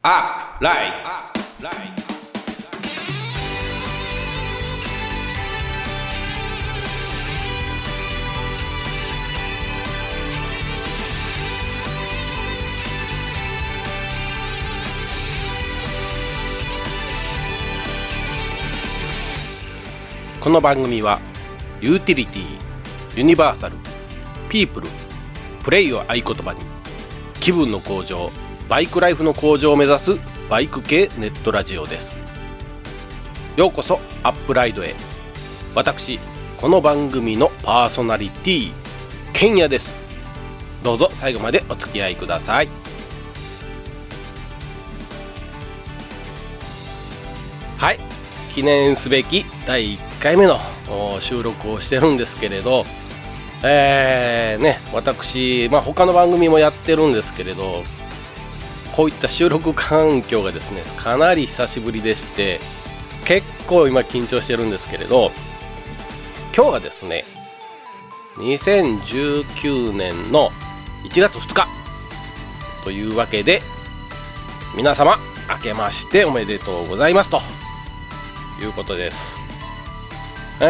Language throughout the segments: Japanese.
アップライこの番組はユーティリティ、ユニバーサル、ピープル、プレイを合言葉に気分の向上、バイクライフの向上を目指すバイク系ネットラジオです。ようこそアップライドへ。私この番組のパーソナリティケンヤです。どうぞ最後までお付き合いください。はい、記念すべき第1回目の収録をしてるんですけれど、私、他の番組もやってるんですけれど、こういった収録環境がですね、かなり久しぶりでして、結構今緊張してるんですけれど、今日がですね、2019年の1月2日というわけで、皆様明けましておめでとうございますということです。な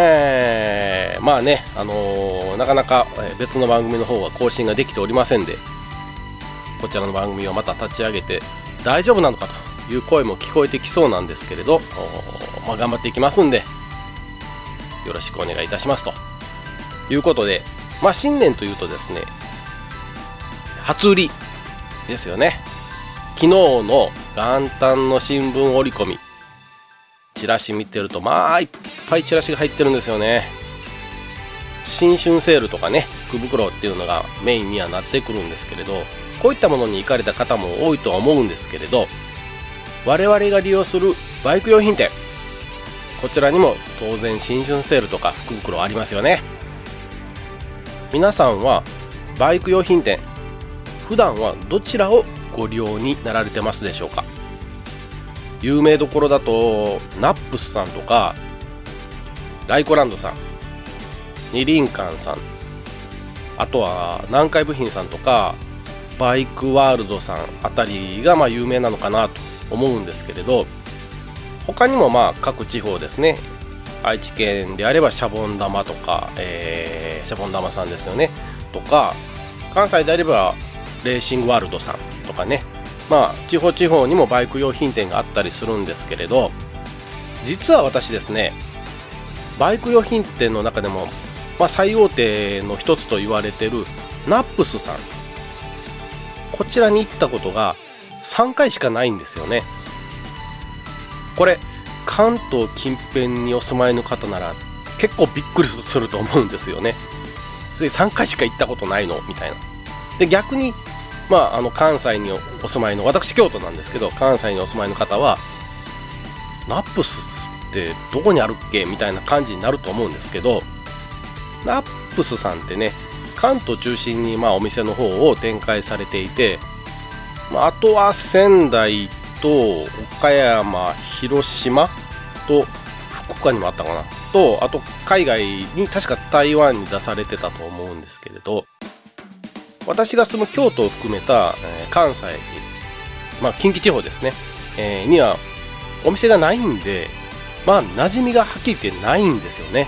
かなか別の番組の方は更新ができておりませんで、こちらの番組をまた立ち上げて大丈夫なのかという声も聞こえてきそうなんですけれど、頑張っていきますんでよろしくお願いいたしますということで、新年というとですね、初売りですよね。昨日の元旦の新聞折り込み、チラシ見てるといっぱいチラシが入ってるんですよね。新春セールとかね、福袋っていうのがメインにはなってくるんですけれど、こういったものに行かれた方も多いとは思うんですけれど、我々が利用するバイク用品店、こちらにも当然新春セールとか福袋ありますよね。皆さんはバイク用品店、普段はどちらをご利用になられてますでしょうか。有名どころだとナップスさんとかライコランドさん、二輪館さん、あとは南海部品さんとかバイクワールドさんあたりが有名なのかなと思うんですけれど、他にも各地方ですね、愛知県であればシャボン玉とか、シャボン玉さんですよねとか、関西であればレーシングワールドさんとかね、地方地方にもバイク用品店があったりするんですけれど、実は私ですね、バイク用品店の中でも、最大手の一つと言われているナップスさん、こちらに行ったことが3回しかないんですよね。これ関東近辺にお住まいの方なら結構びっくりすると思うんですよね。で3回しか行ったことないのみたいな。で逆に関西にお住まいの、私京都なんですけど、関西にお住まいの方はナップスってどこにあるっけみたいな感じになると思うんですけど、ナップスさんってね、関東中心にお店の方を展開されていて、あとは仙台と岡山、広島と福岡にもあったかなと、あと海外に確か台湾に出されてたと思うんですけれど、私が住む京都を含めた、関西、近畿地方ですね、にはお店がないんで、馴染みがはっきり言ってないんですよね。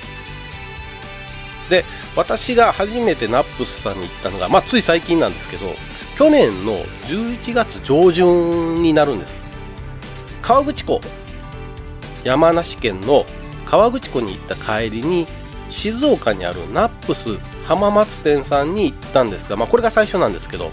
で、私が初めてナップスさんに行ったのが、つい最近なんですけど、去年の11月上旬になるんです。河口湖、山梨県の河口湖に行った帰りに、静岡にあるナップス浜松店さんに行ったんですが、これが最初なんですけど、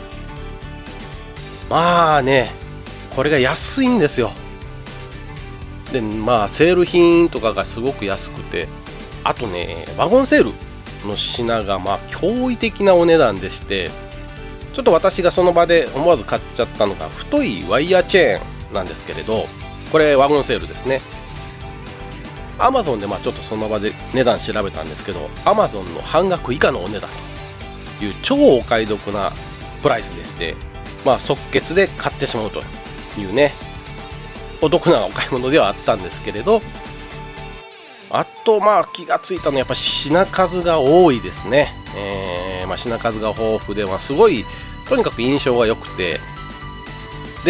これが安いんですよ。で、セール品とかがすごく安くて、あとね、ワゴンセールの品が驚異的なお値段でして、ちょっと私がその場で思わず買っちゃったのが太いワイヤーチェーンなんですけれど、これワゴンセールですね。アマゾンでちょっとその場で値段調べたんですけど、アマゾンの半額以下のお値段という超お買い得なプライスでして、即決で買ってしまうというね、お得なお買い物ではあったんですけれど、あと気がついたのはやっぱ品数が多いですね。品数が豊富で、すごいとにかく印象が良くて、で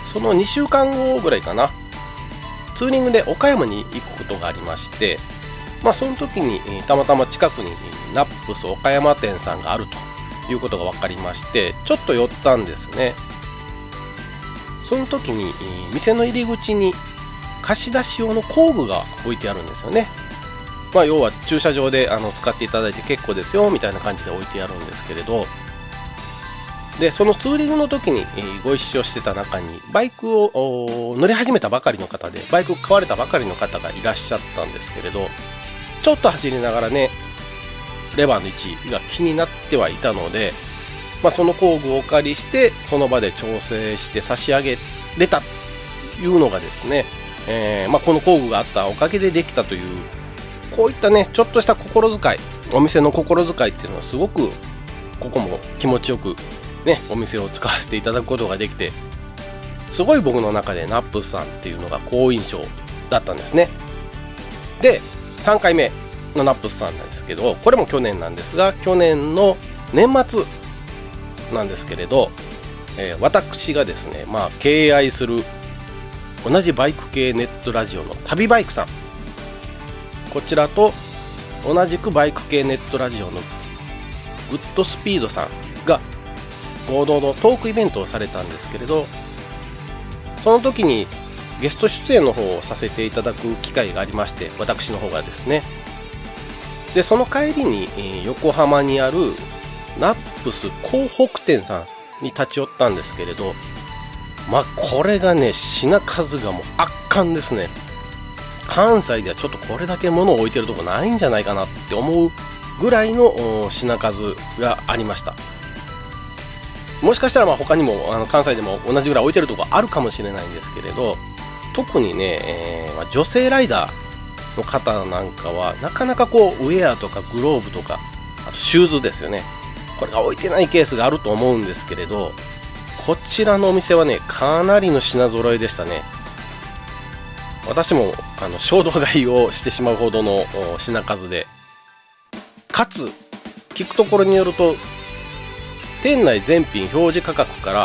その2週間後ぐらいかな、ツーリングで岡山に行くことがありまして、その時にたまたま近くにナップス岡山店さんがあるということが分かりまして、ちょっと寄ったんですね。その時に店の入り口に貸し出し用の工具が置いてあるんですよね。要は駐車場で使っていただいて結構ですよみたいな感じで置いてあるんですけれど、でそのツーリングの時にご一緒してた中にバイクを乗り始めたばかりの方で、バイク買われたばかりの方がいらっしゃったんですけれど、ちょっと走りながらね、レバーの位置が気になってはいたので、その工具をお借りしてその場で調整して差し上げれたというのがですね、この工具があったおかげでできたという、こういったねちょっとした心遣い、お店の心遣いっていうのはすごくここも気持ちよくねお店を使わせていただくことができて、すごい僕の中でナップスさんっていうのが好印象だったんですね。で3回目のナップスさんなんですけど、これも去年なんですが、去年の年末なんですけれど、私がですね、敬愛する同じバイク系ネットラジオの旅バイクさん、こちらと同じくバイク系ネットラジオのグッドスピードさんが合同のトークイベントをされたんですけれど、その時にゲスト出演の方をさせていただく機会がありまして、私の方がですね。でその帰りに横浜にあるナップス港北店さんに立ち寄ったんですけれど、これがね品数がもう圧巻ですね。関西ではちょっとこれだけ物を置いてるとこないんじゃないかなって思うぐらいの品数がありました。もしかしたら他にも関西でも同じぐらい置いてるとこあるかもしれないんですけれど、特にね、女性ライダーの方なんかはなかなかウェアとかグローブとか、あとシューズですよね、これが置いてないケースがあると思うんですけれど、こちらのお店はねかなりの品揃えでしたね。私も衝動買いをしてしまうほどの品数で、かつ聞くところによると店内全品表示価格から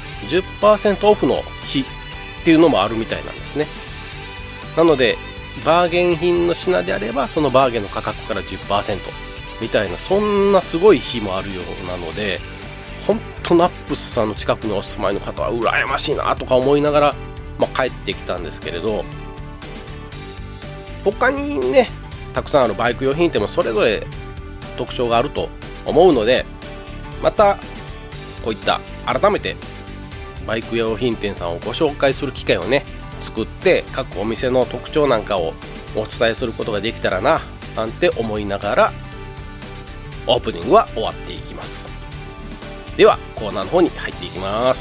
10% オフの日っていうのもあるみたいなんですね。なのでバーゲン品の品であればそのバーゲンの価格から 10% みたいな、そんなすごい日もあるようなので、本当ナップスさんの近くにお住まいの方は羨ましいなとか思いながら、帰ってきたんですけれど、他にねたくさんあるバイク用品店もそれぞれ特徴があると思うので、またこういった改めてバイク用品店さんをご紹介する機会をね作って、各お店の特徴なんかをお伝えすることができたらななんて思いながらオープニングは終わっていきます。ではコーナーの方に入っていきます。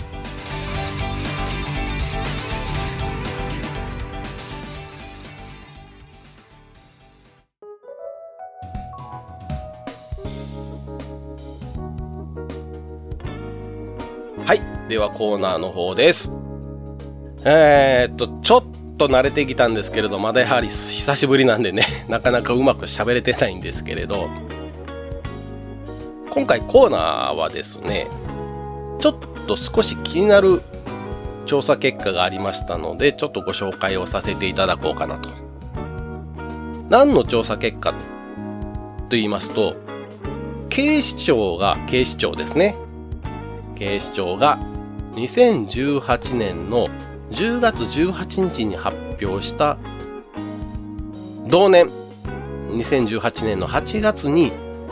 はい、ではコーナーの方です。ちょっと慣れてきたんですけれど、まだやはり久しぶりなんでねなかなかうまく喋れてないんですけれど、今回コーナーはですね、ちょっと少し気になる調査結果がありましたので、ちょっとご紹介をさせていただこうかなと。何の調査結果と言いますと、警視庁ですね、警視庁が2018年の10月18日に発表した同年2018年の8月に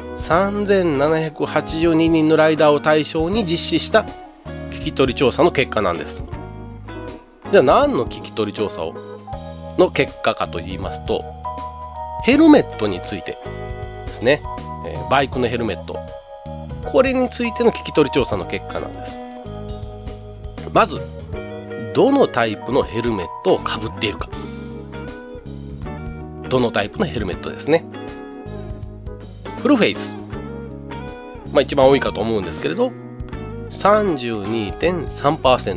3782人のライダーを対象に実施した聞き取り調査の結果なんです。じゃあ何の聞き取り調査の結果かと言いますと、ヘルメットについてですね、バイクのヘルメット、これについての聞き取り調査の結果なんです。まずどのタイプのヘルメットをかぶっているか、どのタイプのヘルメットですね。フルフェイス、一番多いかと思うんですけれど 32.3%、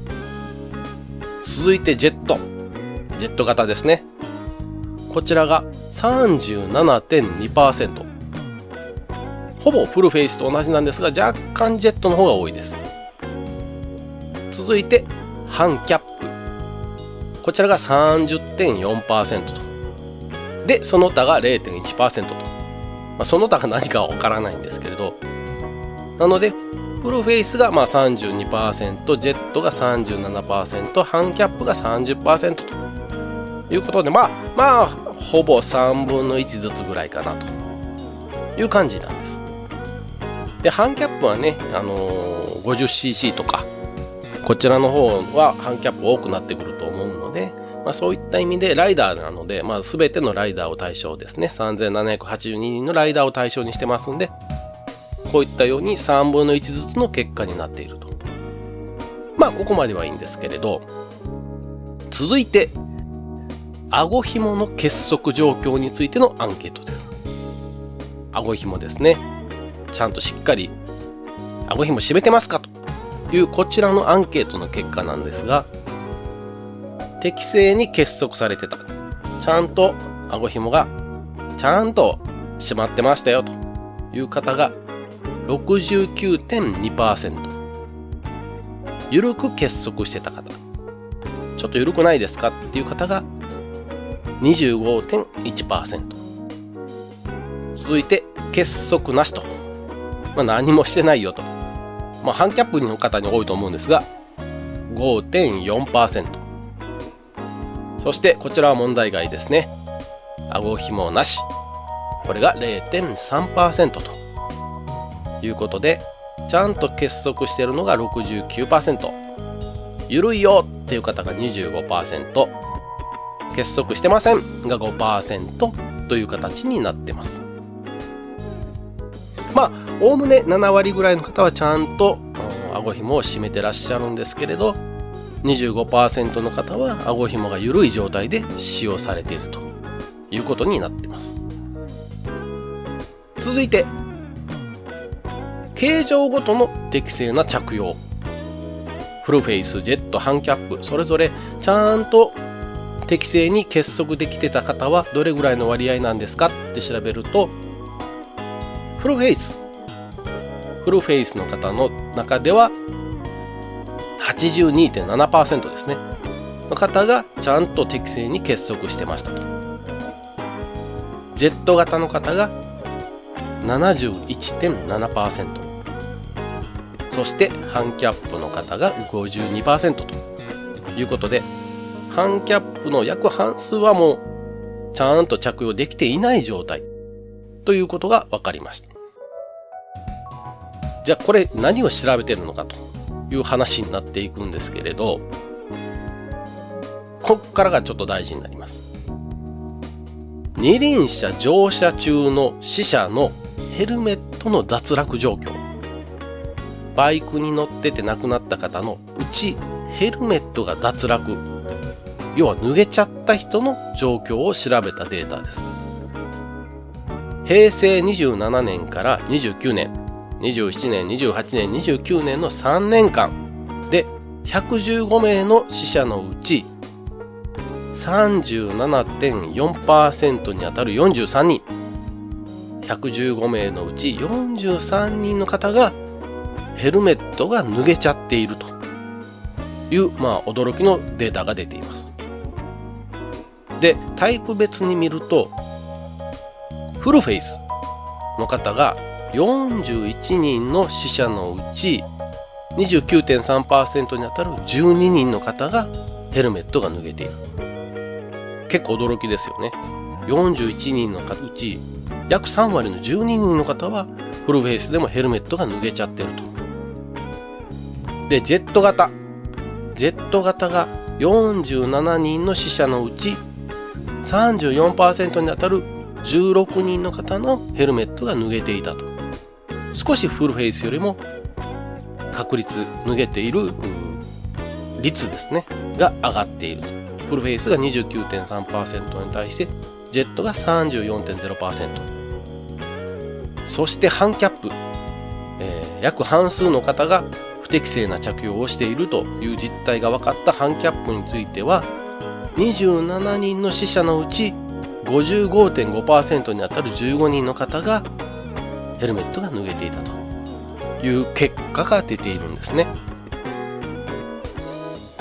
続いてジェット型ですね。こちらが 37.2%、 ほぼフルフェイスと同じなんですが若干ジェットの方が多いです。続いて半キャップ、こちらが 30.4% と。で、その他が 0.1% と。その他が何かは分からないんですけれど、なのでフルフェイスが32%、ジェットが 37%、半キャップが 30% ということで、ほぼ3分の1ずつぐらいかなという感じなんです。で、半キャップはね、50cc とかこちらの方は半キャップ多くなってくると思うので、そういった意味でライダーなので、全てのライダーを対象ですね、3782人のライダーを対象にしてますんで、こういったように3分の1ずつの結果になっていると。ここまではいいんですけれど、続いて顎紐の結束状況についてのアンケートです。顎紐ですね、ちゃんとしっかり顎紐締めてますかというこちらのアンケートの結果なんですが、適正に結束されてた、ちゃんと顎紐がちゃんと締まってましたよという方が 69.2%、 緩く結束してた方、ちょっと緩くないですかっていう方が 25.1%、 続いて結束なしと、何もしてないよと、半キャップの方に多いと思うんですが 5.4%、 そしてこちらは問題外ですね、顎紐なし、これが 0.3% ということで、ちゃんと結束しているのが 69%、 緩いよっていう方が 25%、 結束してませんが 5% という形になってます。おおむね7割ぐらいの方はちゃんと顎紐を締めてらっしゃるんですけれど、25% の方は顎紐が緩い状態で使用されているということになっています。続いて形状ごとの適正な着用、フルフェイス、ジェット、半キャップ、それぞれちゃんと適正に結束できてた方はどれぐらいの割合なんですかって調べると、フルフェイスの方の中では 82.7% ですねの方がちゃんと適正に結束してましたと。ジェット型の方が 71.7%、 そして半キャップの方が 52% ということで、半キャップの約半数はもうちゃんと着用できていない状態ということが分かりました。じゃあこれ何を調べてるのかという話になっていくんですけれど、ここからがちょっと大事になります。二輪車乗車中の死者のヘルメットの脱落状況、バイクに乗ってて亡くなった方のうちヘルメットが脱落、要は脱げちゃった人の状況を調べたデータです。平成27年から29年、27年、28年、29年の3年間で115名の死者のうち 37.4% にあたる43人、115名のうち43人の方がヘルメットが脱げちゃっているという驚きのデータが出ています。で、タイプ別に見るとフルフェイスの方が41人の死者のうち 29.3% にあたる12人の方がヘルメットが脱げている。結構驚きですよね。41人のうち約3割の12人の方はフルフェイスでもヘルメットが脱げちゃってると。で、ジェット型が47人の死者のうち 34% にあたる16人の方のヘルメットが脱げていたと。少しフルフェイスよりも確率、脱げている率ですねが上がっている。フルフェイスが 29.3% に対してジェットが 34.0%、 そして半キャップ、約半数の方が不適正な着用をしているという実態が分かった半キャップについては27人の死者のうち 55.5% にあたる15人の方がヘルメットが脱げていたという結果が出ているんですね。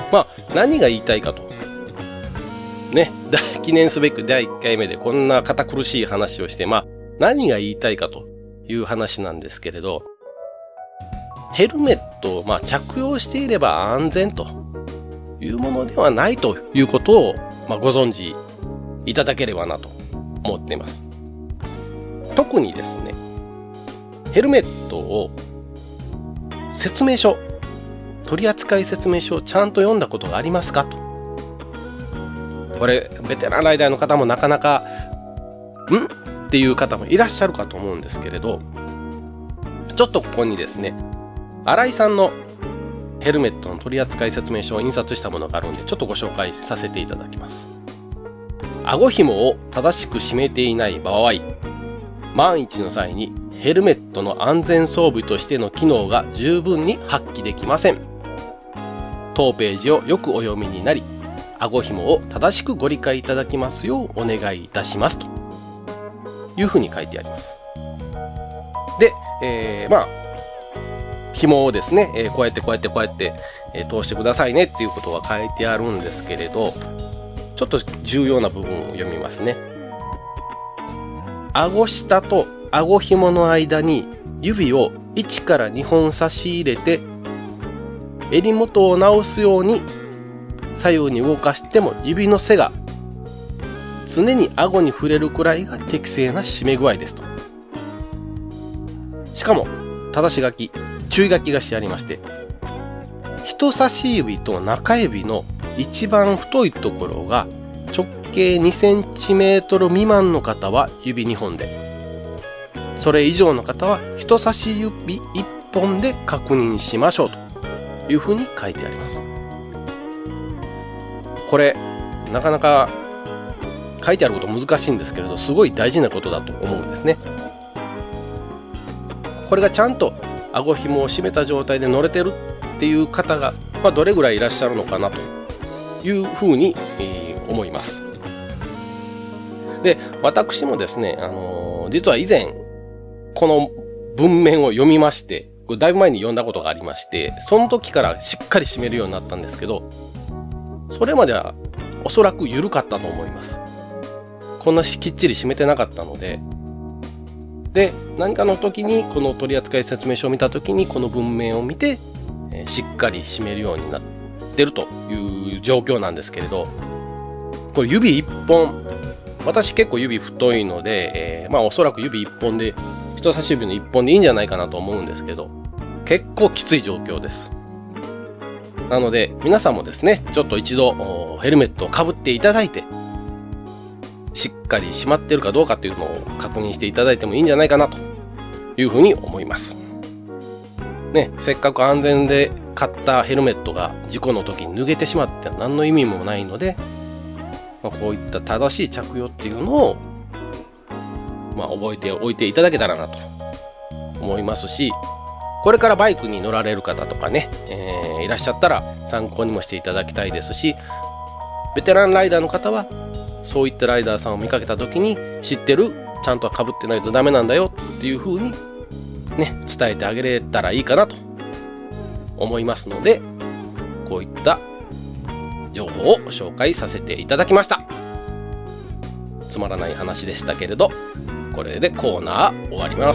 何が言いたいかと。ね、記念すべく第1回目でこんな堅苦しい話をして、何が言いたいかという話なんですけれど、ヘルメットを着用していれば安全というものではないということを、ご存知いただければなと思っています。特にですね、ヘルメットを説明書、取扱説明書をちゃんと読んだことがありますかと。これベテランライダーの方もなかなかっていう方もいらっしゃるかと思うんですけれど、ちょっとここにですね、新井さんのヘルメットの取扱説明書を印刷したものがあるので、ちょっとご紹介させていただきます。顎紐を正しく締めていない場合、万一の際にヘルメットの安全装備としての機能が十分に発揮できません。当ページをよくお読みになり、顎紐を正しくご理解いただきますようお願いいたしますというふうに書いてあります。で、紐をですね、こうやって通してくださいねっていうことが書いてあるんですけれど、ちょっと重要な部分を読みますね。顎下と顎紐の間に指を1から2本差し入れて、襟元を直すように左右に動かしても指の背が常に顎に触れるくらいが適正な締め具合ですと。しかも正し書き、注意書きがしてありまして、人差し指と中指の一番太いところが直径2センチメートル未満の方は指2本で、それ以上の方は人差し指1本で確認しましょうというふうに書いてあります。これなかなか書いてあること難しいんですけれど、すごい大事なことだと思うんですね。これがちゃんと顎紐を締めた状態で乗れてるっていう方が、どれぐらいいらっしゃるのかなというふうに、思います。で、私もですね、実は以前この文面を読みまして、これだいぶ前に読んだことがありまして、その時からしっかり締めるようになったんですけど、それまではおそらく緩かったと思います。こんなきっちり締めてなかったので、何かの時にこの取扱説明書を見た時にこの文面を見て、しっかり締めるようになってるという状況なんですけれど、これ指1本、私結構指太いので、おそらく指1本で、人差し指の1本でいいんじゃないかなと思うんですけど、結構きつい状況です。なので皆さんもですね、ちょっと一度ヘルメットをかぶっていただいて、しっかり締まってるかどうかっていうのを確認していただいてもいいんじゃないかなというふうに思います。ね、せっかく安全で買ったヘルメットが事故の時に脱げてしまって何の意味もないので、こういった正しい着用っていうのを、覚えておいていただけたらなと思いますし、これからバイクに乗られる方とかね、いらっしゃったら参考にもしていただきたいですし、ベテランライダーの方はそういったライダーさんを見かけた時に、知ってる、ちゃんと被ってないとダメなんだよっていう風にね、伝えてあげれたらいいかなと思いますので、こういった情報を紹介させていただきました。つまらない話でしたけれど、これでコーナー終わります。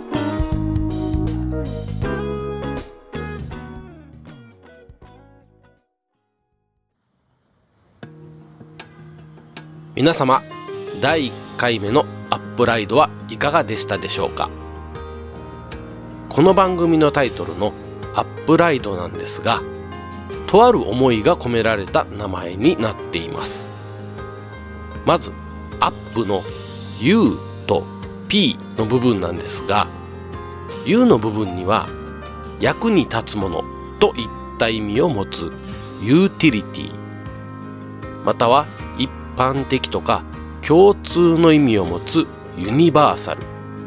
皆様、第1回目のアップライドはいかがでしたでしょうか。この番組のタイトルのアップライドなんですが、とある思いが込められた名前になっています。まずアップの U と P の部分なんですが、 U の部分には役に立つものといった意味を持つユーティリティ、または一般的とか共通の意味を持つユニバーサル。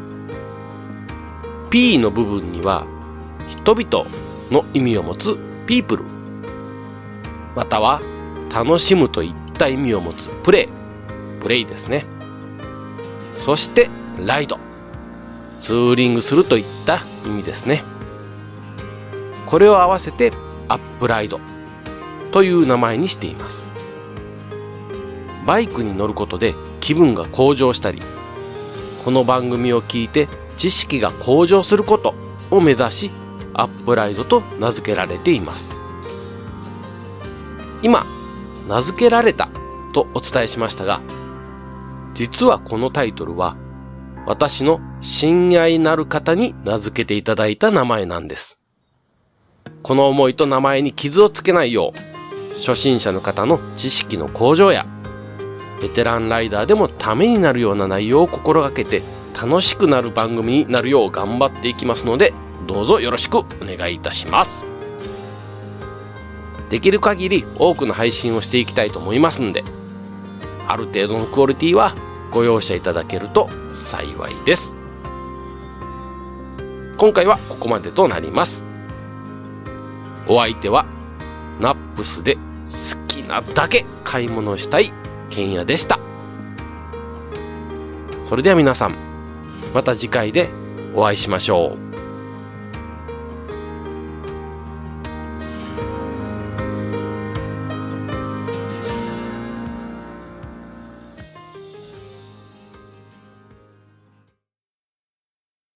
P の部分には人々の意味を持つピープル、または楽しむといった意味を持つプレイですね。そしてライド、ツーリングするといった意味ですね。これを合わせてアップライドという名前にしています。バイクに乗ることで気分が向上したり、この番組を聞いて知識が向上することを目指し、アップライドと名付けられています。今、名付けられたとお伝えしましたが、実はこのタイトルは私の親愛なる方に名付けていただいた名前なんです。この思いと名前に傷をつけないよう、初心者の方の知識の向上やベテランライダーでもためになるような内容を心がけて楽しくなる番組になるよう頑張っていきますので、どうぞよろしくお願いいたします。できる限り多くの配信をしていきたいと思いますんで、ある程度のクオリティはご容赦いただけると幸いです。今回はここまでとなります。お相手はナップスで好きなだけ買い物したいケンヤでした。それでは皆さん、また次回でお会いしましょう。